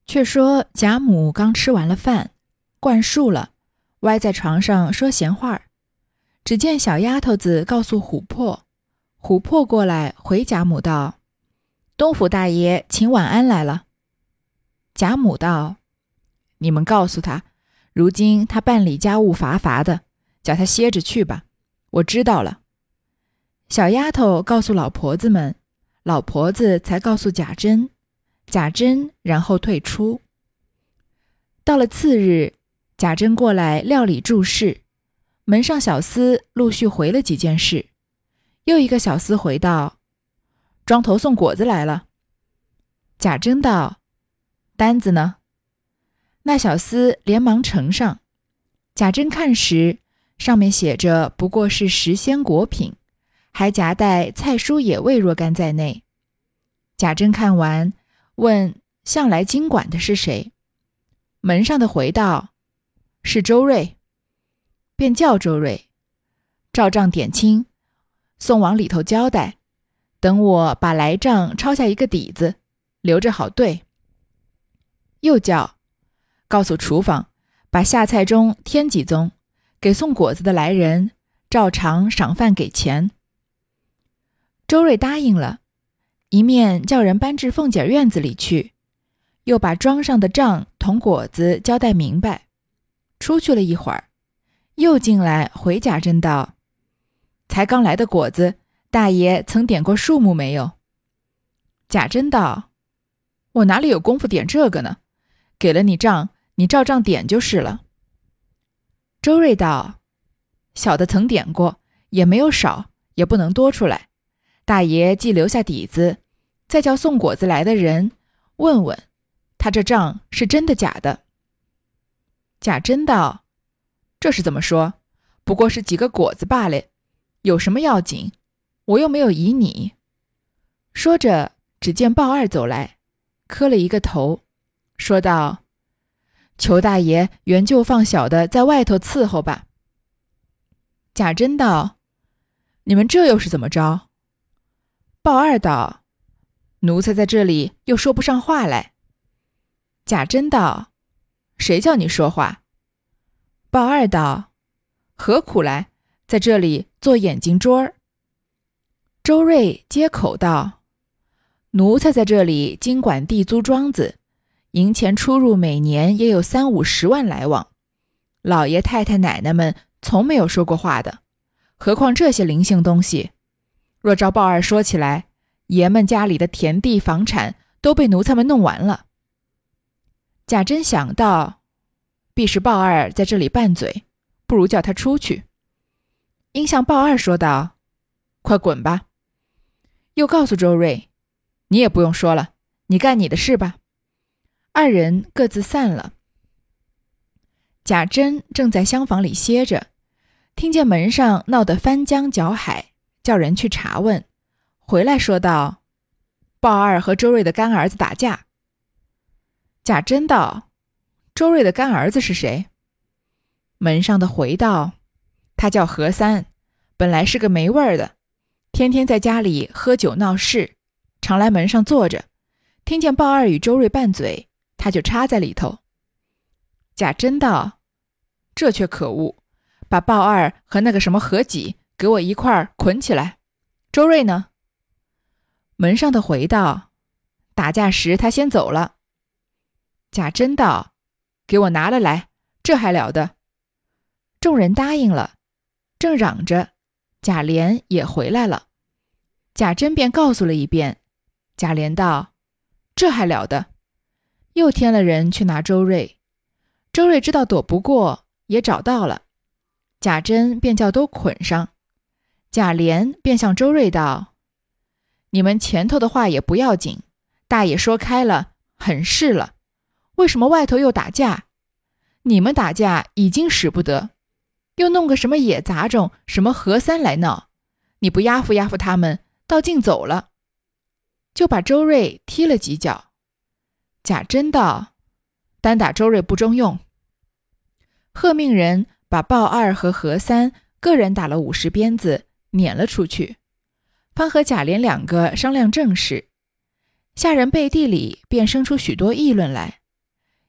却说贾母刚吃完了饭，灌漱了，歪在床上说闲话。只见小丫头子告诉琥珀，琥珀过来回贾母道：东府大爷请晚安来了。贾母道：你们告诉他，如今他办理家务乏乏的，叫他歇着去吧，我知道了。小丫头告诉老婆子们，老婆子才告诉贾珍，贾珍然后退出。到了次日，贾珍过来料理诸事，门上小厮陆续回了几件事，又一个小厮回道：庄头送果子来了。贾珍道：单子呢？那小厮连忙呈上，贾珍看时，上面写着不过是10鲜果品，还夹带菜蔬野味若干在内。贾珍看完，问向来经管的是谁？门上的回道：是周瑞。便叫周瑞，照账点清，送往里头交代，等我把来账抄下一个底子，留着好对。又叫告诉厨房，把下菜中添几宗，给送果子的来人照常赏饭给钱。周瑞答应了，一面叫人搬至凤姐院子里去，又把庄上的账同果子交代明白。出去了一会儿，又进来回贾珍道：才刚来的果子，大爷曾点过数目没有？贾珍道：我哪里有功夫点这个呢？给了你账，你照账点就是了。周瑞道：小的曾点过，也没有少，也不能多出来。大爷既留下底子，再叫送果子来的人问问，他这账是真的假的。贾珍道：这是怎么说？不过是几个果子罢了，有什么要紧？我又没有疑你。说着，只见鲍二走来，磕了一个头，说道：求大爷原就放小的在外头伺候吧。贾珍道：你们这又是怎么着？鲍二道：奴才在这里又说不上话来。贾珍道：谁叫你说话？鲍二道：何苦来，在这里做眼睛桌儿。周瑞接口道：奴才在这里经管地租庄子，银钱出入每年也有30-50万来往，老爷太太奶奶们从没有说过话的，何况这些零星东西。若照鲍二说起来，爷们家里的田地房产都被奴才们弄完了。贾珍想到，必是鲍二在这里拌嘴，不如叫他出去。因向鲍二说道：快滚吧。又告诉周瑞：你也不用说了，你干你的事吧。二人各自散了。贾珍正在厢房里歇着，听见门上闹得翻江搅海，叫人去查问，回来说道：鲍二和周瑞的干儿子打架。贾珍道：周瑞的干儿子是谁？门上的回道：他叫何三，本来是个没味儿的，天天在家里喝酒闹事，常来门上坐着，听见鲍二与周瑞拌嘴，他就插在里头。贾珍道：这却可恶，把鲍二和那个什么何几给我一块儿捆起来。周瑞呢？门上的回道：打架时他先走了。贾珍道：给我拿了来，这还了得。众人答应了，正嚷着，贾琏也回来了。贾珍便告诉了一遍，贾琏道：这还了得。又添了人去拿周瑞，周瑞知道躲不过，也找到了，贾珍便叫都捆上。贾琏便向周瑞道：你们前头的话也不要紧，大爷说开了，很是了，为什么外头又打架？你们打架已经使不得，又弄个什么野杂种，什么何三来闹，你不压服压服他们，倒竟走了。就把周瑞踢了几脚。贾珍道：单打周瑞不中用。喝命人把鲍二和何三个人打了50鞭子，撵了出去，方和贾琏2个商量正事。下人背地里便生出许多议论来，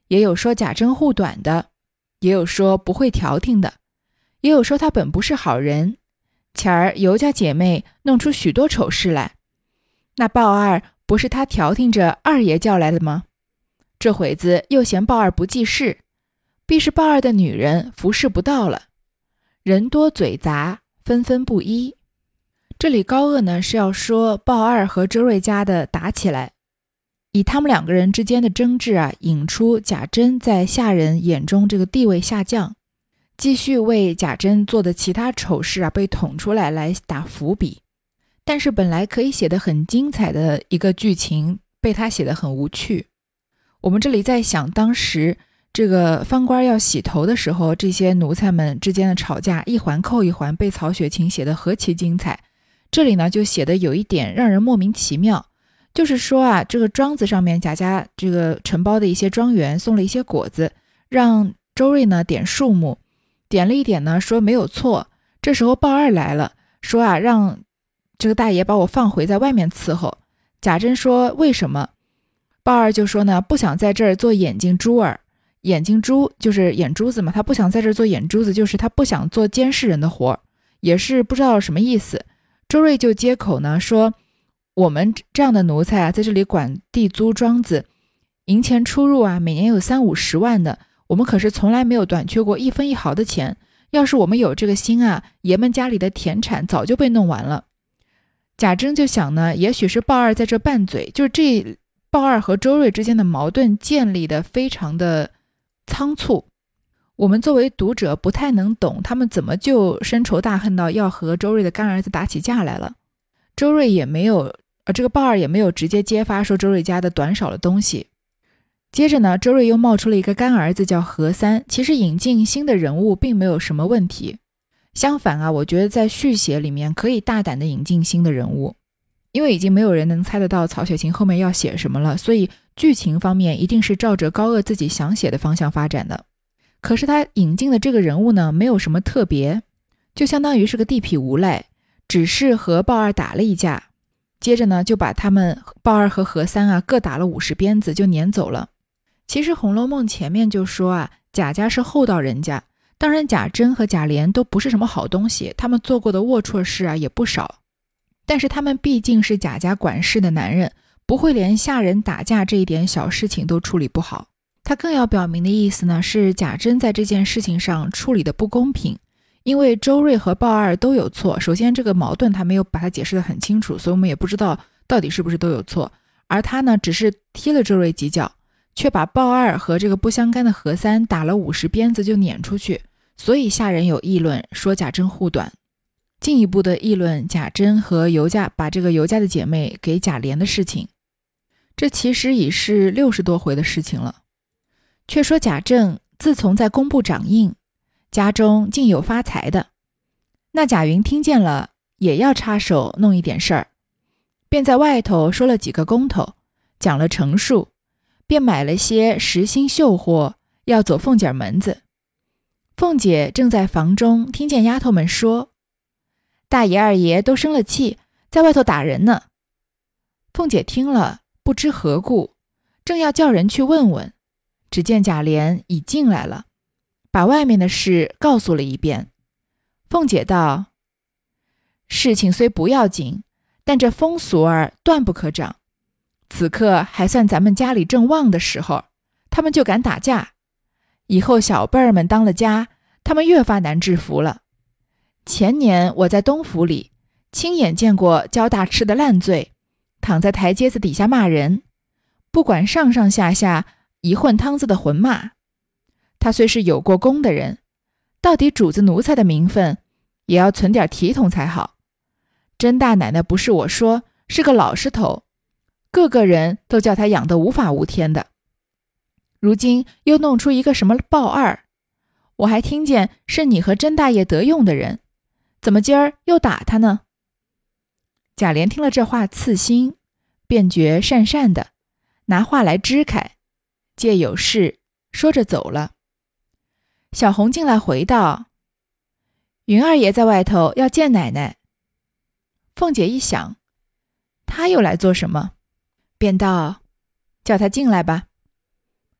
也有说贾珍护短的，也有说不会调停的，也有说他本不是好人，前儿尤家姐妹弄出许多丑事来，那鲍二不是他调停着二爷叫来的吗？这会子又嫌鲍二不记事，必是鲍二的女人服侍不到了，人多嘴杂，纷纷不依。这里高鹗呢是要说鲍二和周瑞家的打起来，以他们两个人之间的争执啊，引出贾珍在下人眼中这个地位下降，继续为贾珍做的其他丑事啊被捅出来打伏笔。但是本来可以写得很精彩的一个剧情，被他写得很无趣。我们这里在想，当时这个方官要洗头的时候，这些奴才们之间的吵架一环扣一环，被曹雪芹写得何其精彩。这里呢就写得有一点让人莫名其妙，就是说啊，这个庄子上面贾家这个承包的一些庄园送了一些果子，让周瑞呢点数目，点了一点呢说没有错。这时候鲍二来了，说啊让这个大爷把我放回在外面伺候。贾珍说为什么？鲍二就说呢不想在这儿做眼睛珠儿，眼睛珠就是眼珠子嘛，他不想在这儿做眼珠子，就是他不想做监视人的活，也是不知道什么意思。周瑞就接口呢说，我们这样的奴才啊，在这里管地租庄子，银钱出入啊，每年有30-50万的，我们可是从来没有短缺过一分一毫的钱。要是我们有这个心啊，爷们家里的田产早就被弄完了。贾珍就想呢，也许是鲍二在这拌嘴，就是这鲍二和周瑞之间的矛盾建立的非常的仓促。我们作为读者不太能懂他们怎么就深仇大恨到要和周瑞的干儿子打起架来了。周瑞也没有这个鲍二也没有直接揭发说周瑞家的短少了东西。接着呢，周瑞又冒出了一个干儿子叫何三，其实引进新的人物并没有什么问题。相反啊，我觉得在续写里面可以大胆的引进新的人物，因为已经没有人能猜得到曹雪芹后面要写什么了，所以剧情方面一定是照着高鹗自己想写的方向发展的。可是他引进的这个人物呢，没有什么特别，就相当于是个地痞无赖，只是和鲍二打了一架，接着呢就把他们鲍二和何三啊各打了50鞭子就撵走了。其实《红楼梦》前面就说啊，贾家是厚道人家，当然贾珍和贾琏都不是什么好东西，他们做过的龌龊事啊也不少，但是他们毕竟是贾家管事的男人，不会连下人打架这一点小事情都处理不好。他更要表明的意思呢，是贾珍在这件事情上处理的不公平，因为周瑞和鲍二都有错。首先这个矛盾他没有把它解释得很清楚，所以我们也不知道到底是不是都有错，而他呢只是踢了周瑞几脚，却把鲍二和这个不相干的何三打了50鞭子就撵出去，所以下人有议论说贾珍护短，进一步的议论贾珍和尤家把这个尤家的姐妹给贾琏的事情。这其实已是60多回的事情了。却说贾政自从在工部掌印，家中竟有发财的，那贾云听见了也要插手弄一点事儿，便在外头说了几个工头，讲了成数，便买了些实心绣货，要走凤姐门子。凤姐正在房中听见丫头们说，大爷二爷都生了气，在外头打人呢。凤姐听了不知何故，正要叫人去问问，只见贾琏已进来了，把外面的事告诉了一遍。凤姐道，事情虽不要紧，但这风俗儿断不可长，此刻还算咱们家里正旺的时候，他们就敢打架，以后小辈儿们当了家，他们越发难制服了。前年我在东府里亲眼见过焦大吃的烂醉，躺在台阶子底下骂人，不管上上下下一混汤子的混骂。他虽是有过功的人，到底主子奴才的名分也要存点体统才好。甄大奶奶不是我说，是个老实头，个个人都叫他养得无法无天的。如今又弄出一个什么鲍二，我还听见是你和甄大爷得用的人，怎么今儿又打他呢？贾琏听了这话刺心，便觉讪讪的，拿话来支开，借有事说着走了。小红进来回道，云二爷在外头要见奶奶。凤姐一想，他又来做什么，便道，叫他进来吧。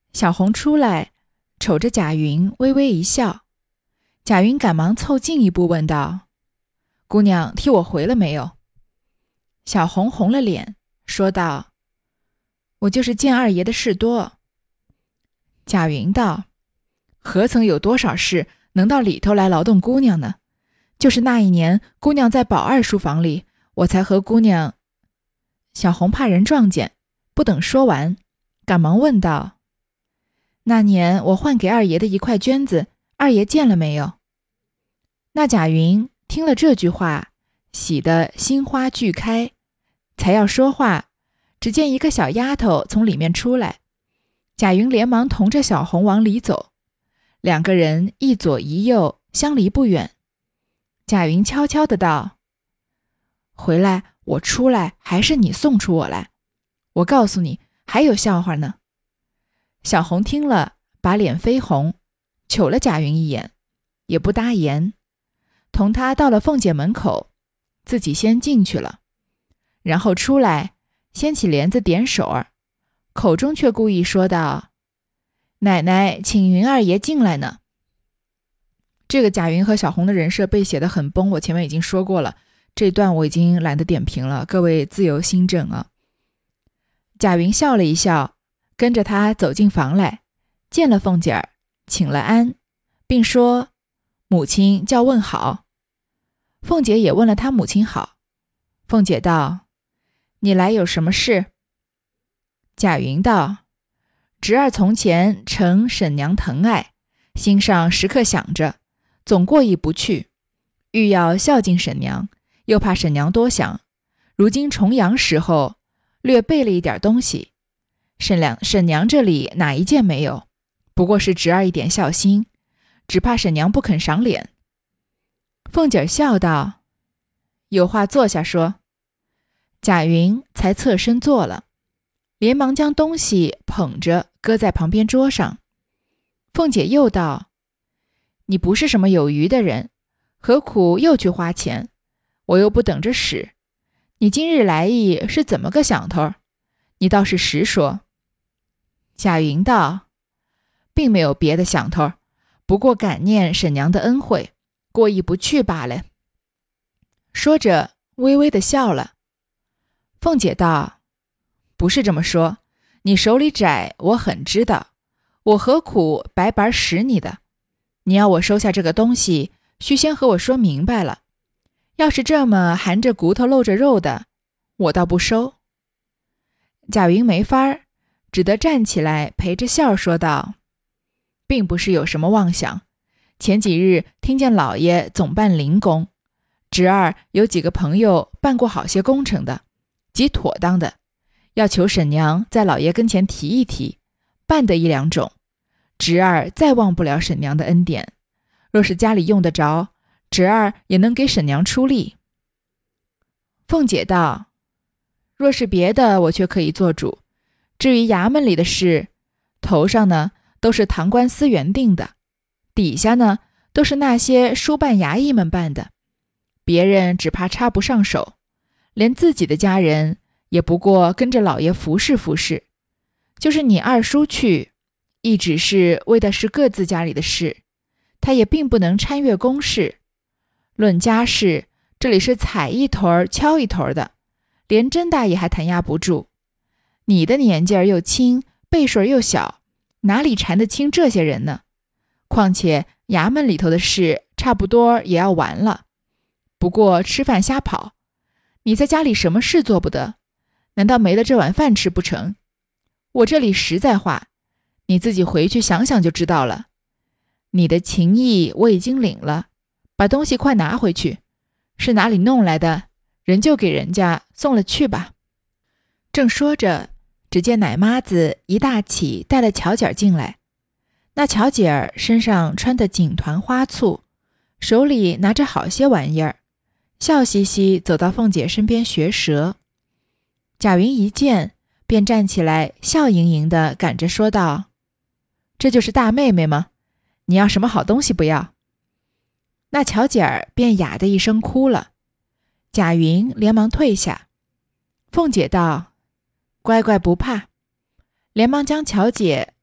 小红出来，瞅着贾云，微微一笑。贾云赶忙凑近一步问道：姑娘替我回了没有？小红红了脸，说道：我就是见二爷的事多。贾云道：何曾有多少事能到里头来劳动姑娘呢？就是那一年姑娘在宝二书房里，我才和姑娘……小红怕人撞见，不等说完，赶忙问道：那年我换给二爷的一块绢子，二爷见了没有？那贾云听了这句话，喜得心花俱开，才要说话，只见一个小丫头从里面出来，贾云连忙同着小红往里走，两个人一左一右，相离不远。贾云悄悄地道：回来我出来还是你送出我来？我告诉你，还有笑话呢。小红听了，把脸绯红，瞅了贾云一眼，也不答言，同他到了凤姐门口，自己先进去了，然后出来，掀起帘子点手儿，口中却故意说道：奶奶请云二爷进来呢。这个贾云和小红的人设被写得很崩，我前面已经说过了，这段我已经懒得点评了，各位自由心证啊。贾云笑了一笑，跟着他走进房来，见了凤姐儿，请了安，并说母亲叫问好。凤姐也问了他母亲好。凤姐道：你来有什么事？贾云道：侄儿从前承婶娘疼爱，心上时刻想着，总过意不去，欲要孝敬婶娘，又怕婶娘多想，如今重阳时候略备了一点东西，婶娘这里哪一件没有，不过是侄儿一点孝心，只怕婶娘不肯赏脸。凤姐笑道：有话坐下说。贾云才侧身坐了，连忙将东西捧着搁在旁边桌上。凤姐又道：你不是什么有余的人，何苦又去花钱？我又不等着使，你今日来意是怎么个想头？你倒是实说。贾云道：并没有别的想头，不过感念婶娘的恩惠，过意不去罢了。说着微微的笑了。凤姐道：不是这么说，你手里窄我很知道，我何苦白白使你的？你要我收下这个东西，须先和我说明白了，要是这么含着骨头露着肉的，我倒不收。贾云没法儿，只得站起来陪着笑说道：并不是有什么妄想，前几日听见老爷总办灵工，侄儿有几个朋友办过好些工程的，极妥当的，要求婶娘在老爷跟前提一提，办得一两种，侄儿再忘不了婶娘的恩典，若是家里用得着，侄儿也能给婶娘出力。凤姐道：若是别的我却可以做主，至于衙门里的事，头上呢都是堂官司员定的，底下呢都是那些书办衙役们办的，别人只怕插不上手，连自己的家人也不过跟着老爷服侍服侍，就是你二叔去，亦只是为的是各自家里的事，他也并不能参阅公事。论家事，这里是踩一头儿敲一头儿的，连甄大爷还弹压不住。你的年纪儿又轻，辈数儿又小，哪里缠得清这些人呢？况且衙门里头的事差不多也要完了，不过吃饭瞎跑，你在家里什么事做不得？难道没了这碗饭吃不成？我这里实在话，你自己回去想想就知道了。你的情意我已经领了，把东西快拿回去，是哪里弄来的，人就给人家送了去吧。正说着，只见奶妈子一大起带了巧姐儿进来，那巧姐儿身上穿的锦团花簇，手里拿着好些玩意儿，笑嘻嘻走到凤姐身边学舌。贾云一见，便站起来笑盈盈地赶着说道：这就是大妹妹吗？你要什么好东西不要？那巧姐儿便哑的一声哭了。贾云连忙退下。凤姐道：乖乖不怕，连忙将巧姐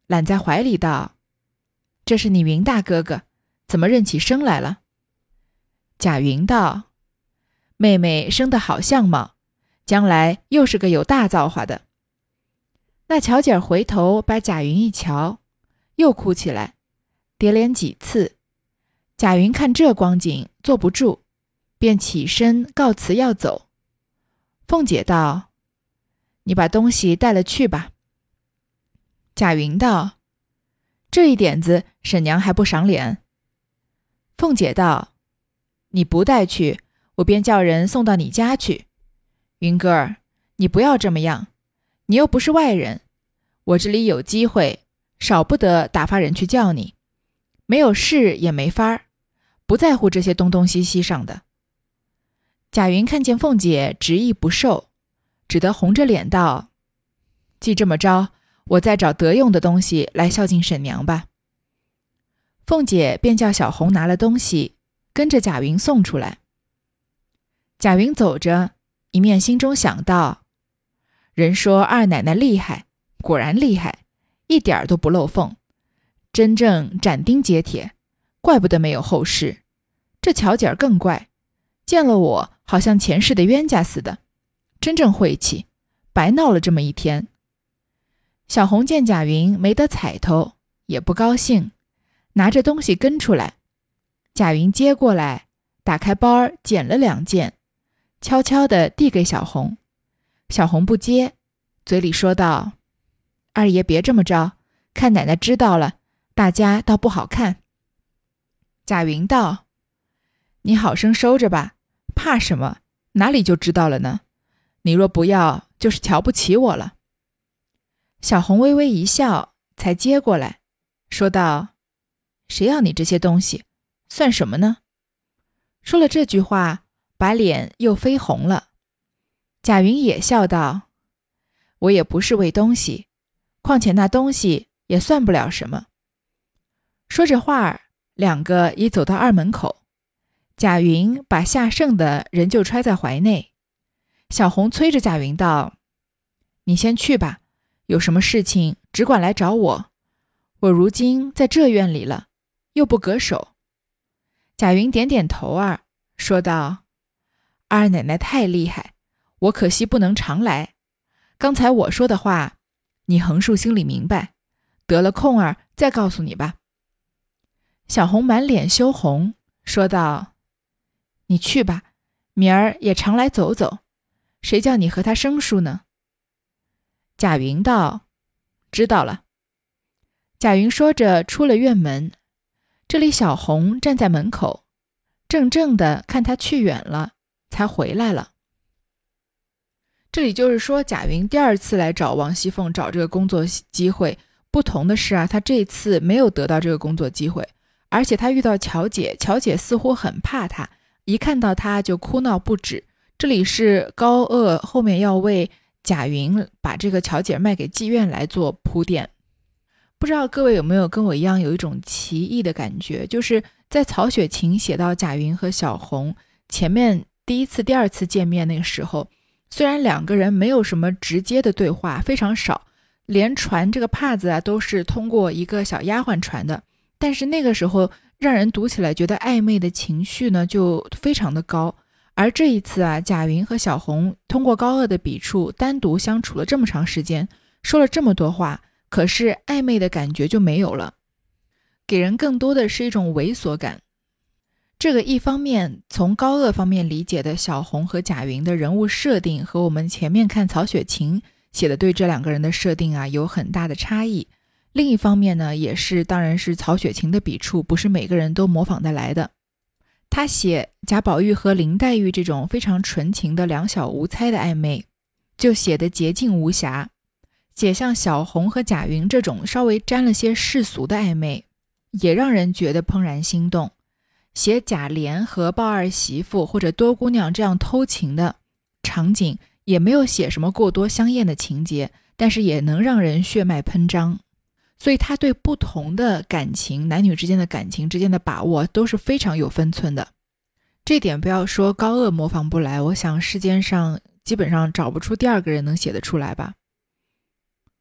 揽在怀里道：这是你云大哥哥，怎么认起生来了？贾云道：妹妹生得好相貌，将来又是个有大造化的。那巧姐回头把贾云一瞧，又哭起来，叠连几次。贾云看这光景坐不住，便起身告辞要走。凤姐道：你把东西带了去吧。贾云道：这一点子婶娘还不赏脸。凤姐道：你不带去，我便叫人送到你家去。云哥儿，你不要这么样，你又不是外人，我这里有机会，少不得打发人去叫你，没有事也没法儿，不在乎这些东东西西上的。贾云看见凤姐执意不受，只得红着脸道：既这么着，我再找得用的东西来孝敬婶娘吧。凤姐便叫小红拿了东西，跟着贾云送出来。贾云走着，一面心中想到：人说二奶奶厉害，果然厉害，一点都不漏缝，真正斩钉截铁，怪不得没有后事。这巧姐儿更怪，见了我好像前世的冤家似的，真正晦气，白闹了这么一天。小红见贾云没得彩头，也不高兴，拿着东西跟出来。贾云接过来，打开包儿捡了2件，悄悄地递给小红。小红不接，嘴里说道：二爷别这么着，看奶奶知道了，大家倒不好看。贾云道：你好生收着吧，怕什么？哪里就知道了呢？你若不要，就是瞧不起我了。小红微微一笑，才接过来，说道：谁要你这些东西，算什么呢？说了这句话，把脸又绯红了。贾云也笑道：我也不是为东西，况且那东西也算不了什么。说着话，2个已走到二门口。贾云把下剩的人就揣在怀内。小红催着贾云道：你先去吧，有什么事情只管来找我，我如今在这院里了，又不隔手。贾云点点头儿，说道：二奶奶太厉害，我可惜不能常来。刚才我说的话，你横竖心里明白，得了空儿再告诉你吧。小红满脸羞红，说道：你去吧，明儿也常来走走，谁叫你和他生疏呢？贾云道：知道了。贾云说着出了院门，这里小红站在门口，怔怔地看他去远了，才回来了。这里就是说贾云第2次来找王熙凤找这个工作机会，不同的是他这次没有得到这个工作机会，而且他遇到巧姐，巧姐似乎很怕他，一看到他就哭闹不止。这里是高鹗后面要为贾云把这个巧姐卖给妓院来做铺垫。不知道各位有没有跟我一样有一种奇异的感觉，就是在曹雪芹写到贾云和小红前面第1次第2次见面那个时候，虽然2个人没有什么直接的对话，非常少，连传这个帕子都是通过一个小丫鬟传的，但是那个时候让人读起来觉得暧昧的情绪呢就非常的高。而这一次贾云和小红通过高鹗的笔触单独相处了这么长时间，说了这么多话，可是暧昧的感觉就没有了，给人更多的是一种猥琐感。这个一方面从高鹗方面理解的小红和贾云的人物设定和我们前面看曹雪芹写的对这2个人的设定有很大的差异。另一方面呢，也是当然是曹雪芹的笔触不是每个人都模仿得来的。他写贾宝玉和林黛玉这种非常纯情的两小无猜的暧昧，就写得洁净无瑕；写像小红和贾云这种稍微沾了些世俗的暧昧，也让人觉得怦然心动。写贾琏和鲍二媳妇或者多姑娘这样偷情的场景，也没有写什么过多香艳的情节，但是也能让人血脉喷张。所以他对不同的感情，男女之间的感情之间的把握都是非常有分寸的。这点不要说高鹗模仿不来，我想世间上基本上找不出第2个人能写得出来吧。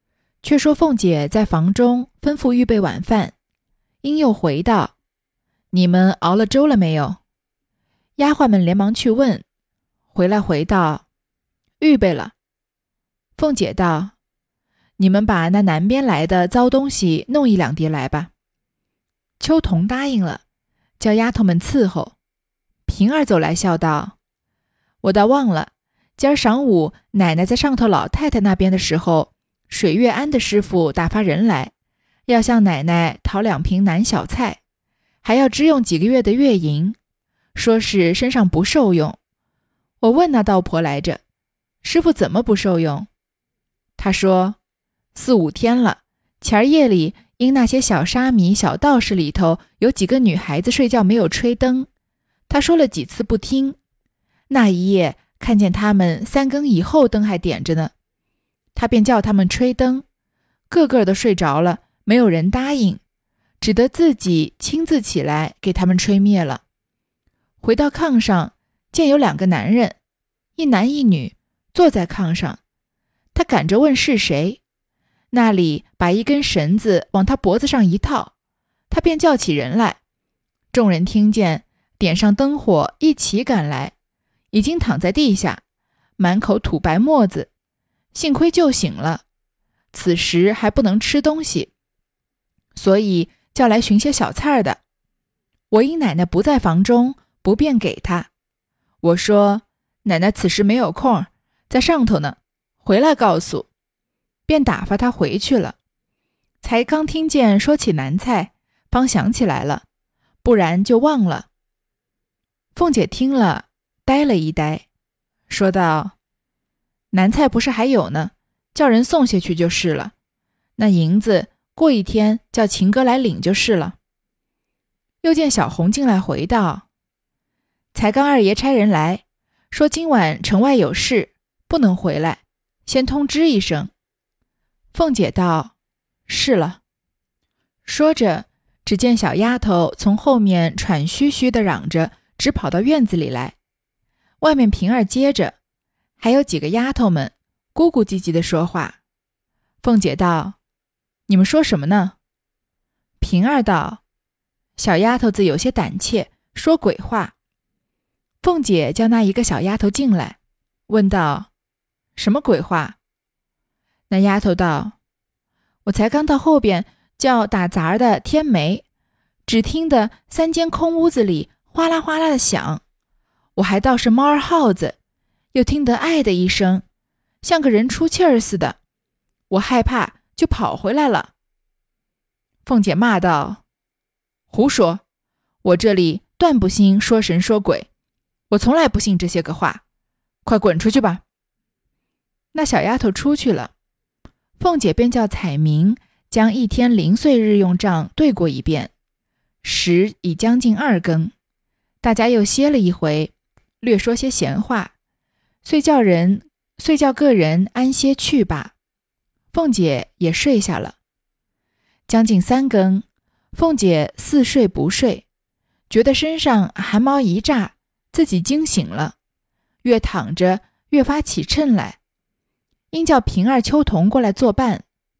却说凤姐在房中吩咐预备晚饭。因又回道：你们熬了粥了没有？丫鬟们连忙去问，回来回道：预备了。凤姐道：你们把那南边来的糟东西弄1-2碟来吧。秋桐答应了，叫丫头们伺候。平儿走来笑道：我倒忘了，今儿晌午奶奶在上头老太太那边的时候，水月庵的师傅打发人来，要向奶奶讨2瓶南小菜，还要支用几个月的月银，说是身上不受用。我问那道婆来着，师傅怎么不受用？他说4、5天了，前儿夜里因那些小沙弥小道士里头有几个女孩子睡觉没有吹灯，他说了几次不听，那一夜看见他们3更以后灯还点着呢，他便叫他们吹灯，个个都睡着了，没有人答应，只得自己亲自起来给他们吹灭了。回到炕上，见有2个男人，一男一女坐在炕上，他赶着问是谁，那里把一根绳子往他脖子上一套，他便叫起人来。众人听见，点上灯火，一起赶来，已经躺在地下，满口吐白沫子，幸亏救醒了，此时还不能吃东西，所以叫来寻些小菜的。我因奶奶不在房中，不便给他。我说奶奶此时没有空，在上头呢，回来告诉，便打发他回去了。才刚听见说起南菜，方想起来了，不然就忘了。凤姐听了，呆了一呆，说道：南菜不是还有呢，叫人送下去就是了，那银子过1天叫秦哥来领就是了。又见小红进来回道：才刚二爷差人来，说今晚城外有事，不能回来，先通知一声。凤姐道：是了。说着，只见小丫头从后面喘吁吁地嚷着，直跑到院子里来。外面平儿接着，还有几个丫头们咕咕唧唧地说话。凤姐道：你们说什么呢？平儿道：小丫头子有些胆怯，说鬼话。凤姐叫那一个小丫头进来，问道：什么鬼话？那丫头道：我才刚到后边叫打杂的天梅，只听得3间空屋子里哗啦哗啦的响，我还倒是猫儿耗子，又听得哎的一声，像个人出气儿似的，我害怕就跑回来了。凤姐骂道：胡说，我这里断不兴说神说鬼，我从来不信这些个话，快滚出去吧。那小丫头出去了，凤姐便叫彩明将1天零碎日用账对过一遍，时已将近2更，大家又歇了一回，略说些闲话，遂叫个人安歇去罢。凤姐也睡下了。将近3更，凤姐似睡不睡，觉得身上寒毛一炸，自己惊醒了，越躺着越发起馌来，因叫平儿、秋桐过来作伴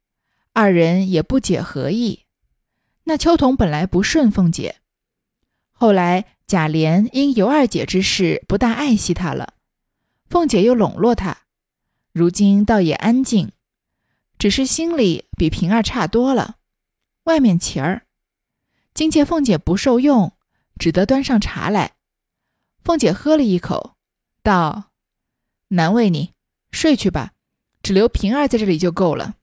，2人也不解何意。那秋桐本来不顺凤姐，后来贾琏因尤二姐之事不大爱惜她了，凤姐又笼络她，如今倒也安静，只是心里比平儿差多了。外面晴儿，今见凤姐不受用，只得端上茶来。凤姐喝了一口，道：难为你，睡去吧，只留平儿在这里就够了。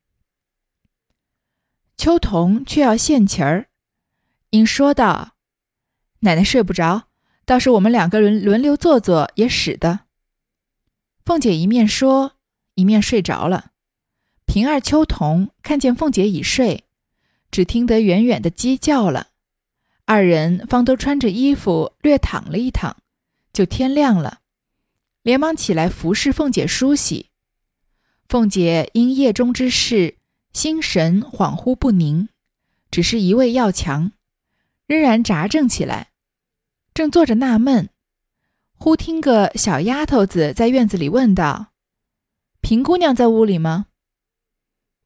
秋桐却要献情儿，因说道：奶奶睡不着，倒是我们2个人轮流坐坐也使得。凤姐一面说，一面睡着了。平儿、秋桐看见凤姐已睡，只听得远远的鸡叫了，2人方都穿着衣服略躺了一躺，就天亮了，连忙起来服侍凤姐梳洗。凤姐因夜中之事，心神恍惚不宁，只是一味要强，仍然扎正起来，正坐着纳闷，忽听个小丫头子在院子里问道：平姑娘在屋里吗？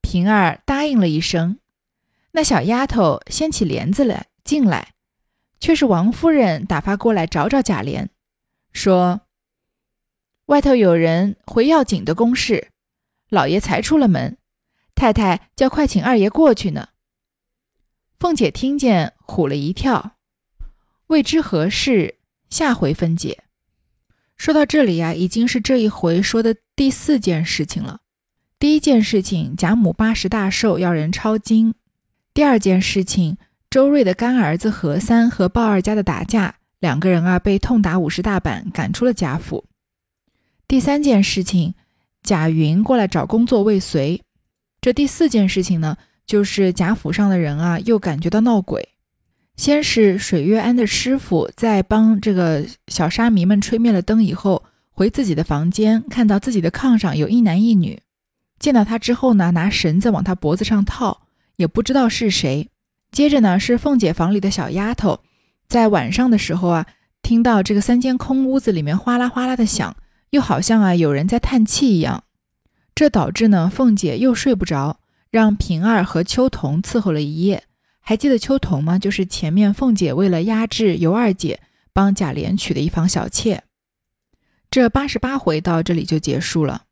平儿答应了一声。那小丫头掀起帘子来进来，却是王夫人打发过来找找贾琏，说外头有人回要紧的公事，老爷才出了门，太太叫快请二爷过去呢。凤姐听见唬了一跳，未知何事，下回分解。说到这里已经是这一回说的第4件事情了。第一件事情，贾母80大寿要人抄经；第二件事情，周瑞的干儿子何三和鲍二家的打架，2个人被痛打50大板，赶出了贾府。第3件事情，贾云过来找工作未遂。这第4件事情呢，就是贾府上的人又感觉到闹鬼。先是水月庵的师傅在帮这个小沙弥们吹灭了灯以后，回自己的房间，看到自己的炕上有一男一女，见到他之后呢，拿绳子往他脖子上套，也不知道是谁。接着呢，是凤姐房里的小丫头在晚上的时候听到这个3间空屋子里面哗啦哗啦的响，又好像有人在叹气一样。这导致呢，凤姐又睡不着，让平儿和秋桐伺候了一夜。还记得秋桐吗？就是前面凤姐为了压制尤二姐帮贾琏娶的一房小妾。这88回到这里就结束了。